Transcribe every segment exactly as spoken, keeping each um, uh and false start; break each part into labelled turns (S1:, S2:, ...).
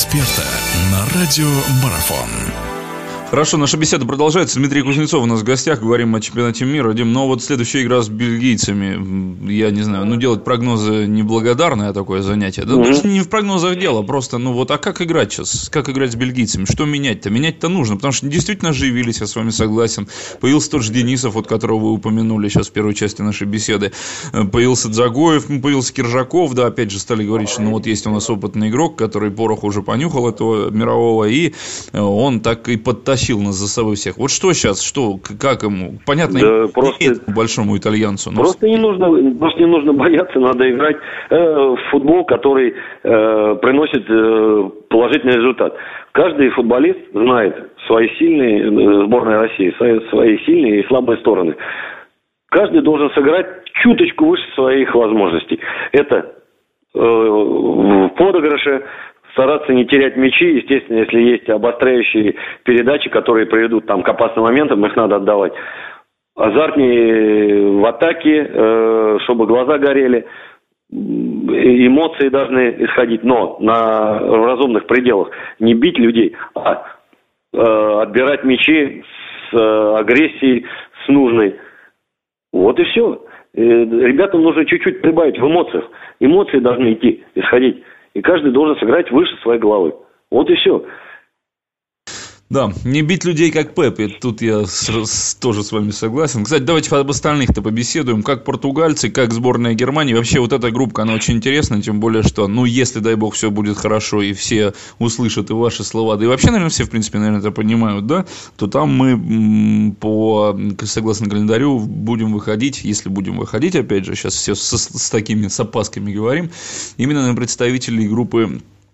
S1: эксперта на радио Марафон.
S2: Хорошо, наша беседа продолжается. Дмитрий Кузнецов у нас в гостях. Говорим о чемпионате мира. Дим, ну вот следующая игра с бельгийцами. Я не знаю, ну делать прогнозы неблагодарное такое занятие. Да, mm-hmm. не в прогнозах дело, просто, ну вот, а как играть сейчас? Как играть с бельгийцами? Что менять-то? Менять-то нужно, потому что действительно оживились, я с вами согласен. Появился тот же Денисов, вот которого вы упомянули сейчас в первой части нашей беседы. Появился Дзагоев, появился Киржаков, да, опять же стали говорить, что ну вот есть у нас опытный игрок, который порох уже понюхал этого мирового, и он так и подтащил нас за собой всех. Вот что сейчас, что, как ему? Понятно,
S3: да, просто,
S2: большому итальянцу. Но...
S3: Просто не нужно, просто не нужно бояться, надо играть э, в футбол, который э, приносит э, положительный результат. Каждый футболист знает свои сильные, э, сборная России, свои, свои сильные и слабые стороны. Каждый должен сыграть чуточку выше своих возможностей. Это э, в подыгрыше, стараться не терять мячи, естественно, если есть обостряющие передачи, которые приведут там к опасным моментам, их надо отдавать. Азартнее в атаке, э, чтобы глаза горели, эмоции должны исходить, но на разумных пределах. Не бить людей, а э, отбирать мячи с э, агрессией, с нужной. Вот и все. Э, ребятам нужно чуть-чуть прибавить в эмоциях. Эмоции должны идти, исходить. И каждый должен сыграть выше своей головы. Вот и все.
S2: Да, не бить людей как Пеп, и тут я с, с, тоже с вами согласен. Кстати, давайте об остальных-то побеседуем. Как португальцы, как сборная Германии. Вообще вот эта группа, она очень интересна, тем более, что, ну, если, дай бог, все будет хорошо, и все услышат и ваши слова, да и вообще, наверное, все, в принципе, наверное, это понимают, да, то там мы по, согласно календарю, будем выходить, если будем выходить, опять же, сейчас все с, с такими с опасками говорим, именно на представителей группы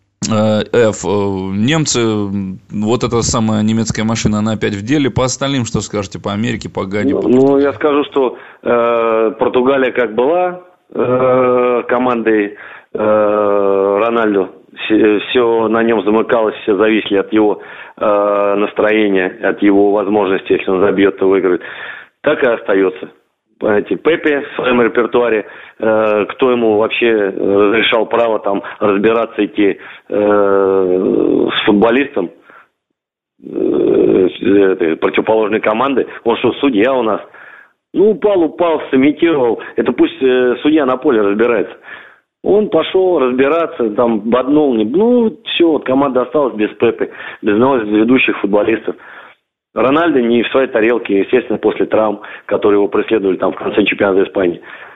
S2: F. Немцы, вот эта самая немецкая машина, она опять в деле. По остальным, что скажете, по Америке, по Гане?
S3: Ну, по... ну я скажу, что э, Португалия как была э, командой э, Рональду, все, все на нем замыкалось, все зависли от его э, настроения, от его возможностей, если он забьет, то выиграет. Так и остается. Понимаете, Пепе в своем репертуаре, э, кто ему вообще разрешал право там разбираться, идти э, с футболистом э, противоположной команды. Он что, судья у нас? Ну, упал, упал, сымитировал. Это пусть э, судья на поле разбирается. Он пошел разбираться, там, боднул. Не... Ну, все, вот команда осталась без Пепе, без одного из ведущих футболистов. Рональдо не в своей тарелке, естественно, после травм, которые его преследовали там в конце чемпионата Испании.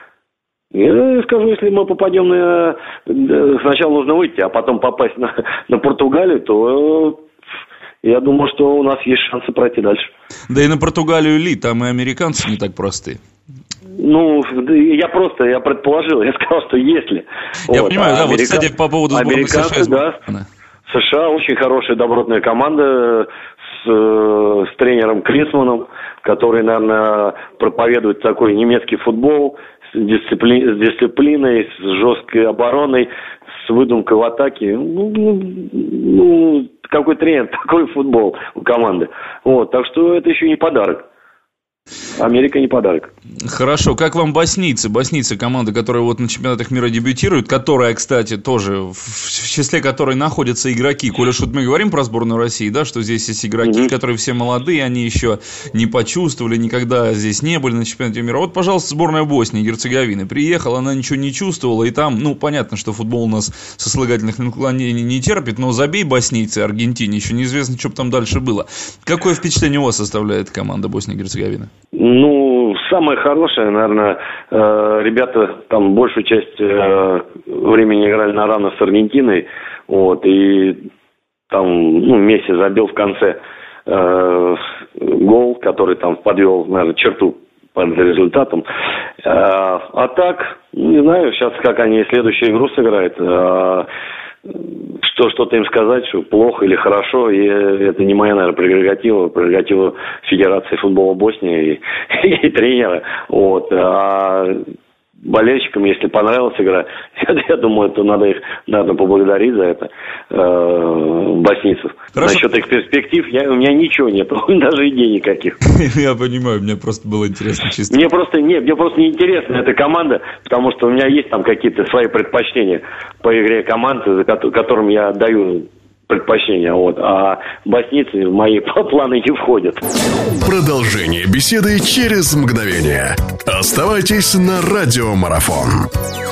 S3: Я скажу, если мы попадем на... Сначала нужно выйти, а потом попасть на, на Португалию, то я думаю, что у нас есть шансы пройти дальше.
S2: Да и на Португалию ли, там и американцы не так просты.
S3: Ну, я просто, я предположил, я сказал, что если...
S2: Я
S3: вот,
S2: понимаю,
S3: а
S2: да,
S3: америка...
S2: вот, кстати, по поводу сборной США.
S3: Да, США очень хорошая добротная команда с, с тренером Клисманом, который, наверное, проповедует такой немецкий футбол с, дисципли... с дисциплиной, с жесткой обороной, с выдумкой в атаке. Ну, ну, какой тренер, такой футбол у команды. Вот, так что это еще не подарок. Америка не подарок.
S2: Хорошо, как вам боснийцы? Боснийцы, команда, которая вот на чемпионатах мира дебютирует, которая, кстати, тоже, в числе которой находятся игроки. Коли что мы говорим про сборную России, да, что здесь есть игроки, mm-hmm. которые все молодые, они еще не почувствовали, никогда здесь не были на чемпионате мира. Вот, пожалуйста, сборная Боснии и Герцеговины. Приехала, она ничего не чувствовала, и там, ну, понятно, что футбол у нас сослагательных наклонений не терпит, но забей боснийцы Аргентине, еще неизвестно, что бы там дальше было. Какое впечатление у вас составляет команда Боснии и Герцеговины?
S3: Ну, самое хорошее, наверное, э, ребята там большую часть э, времени играли на равных с Аргентиной, вот, и там, ну, Месси забил в конце э, гол, который там подвел, наверное, черту под результатом. Э, а так, не знаю, сейчас как они следующую игру сыграют. Э, Что, что-то им сказать, что плохо или хорошо, и это не моя, наверное, прерогатива, прерогатива Федерации футбола Боснии и, и тренера. Вот. А болельщикам, если понравилась игра, я, я думаю, то надо их, наверное, поблагодарить за это, э, боснийцев. Хорошо. Насчет их перспектив, я, у меня ничего нет, даже идей никаких.
S2: Я понимаю, мне просто было интересно чисто.
S3: Мне просто, нет, мне просто не интересна эта команда, потому что у меня есть там какие-то свои предпочтения по игре команд, которым я отдаю предпочтения, вот, а боснийцы в мои планы не входят.
S1: Продолжение беседы через мгновение. Оставайтесь на Радиомарафон.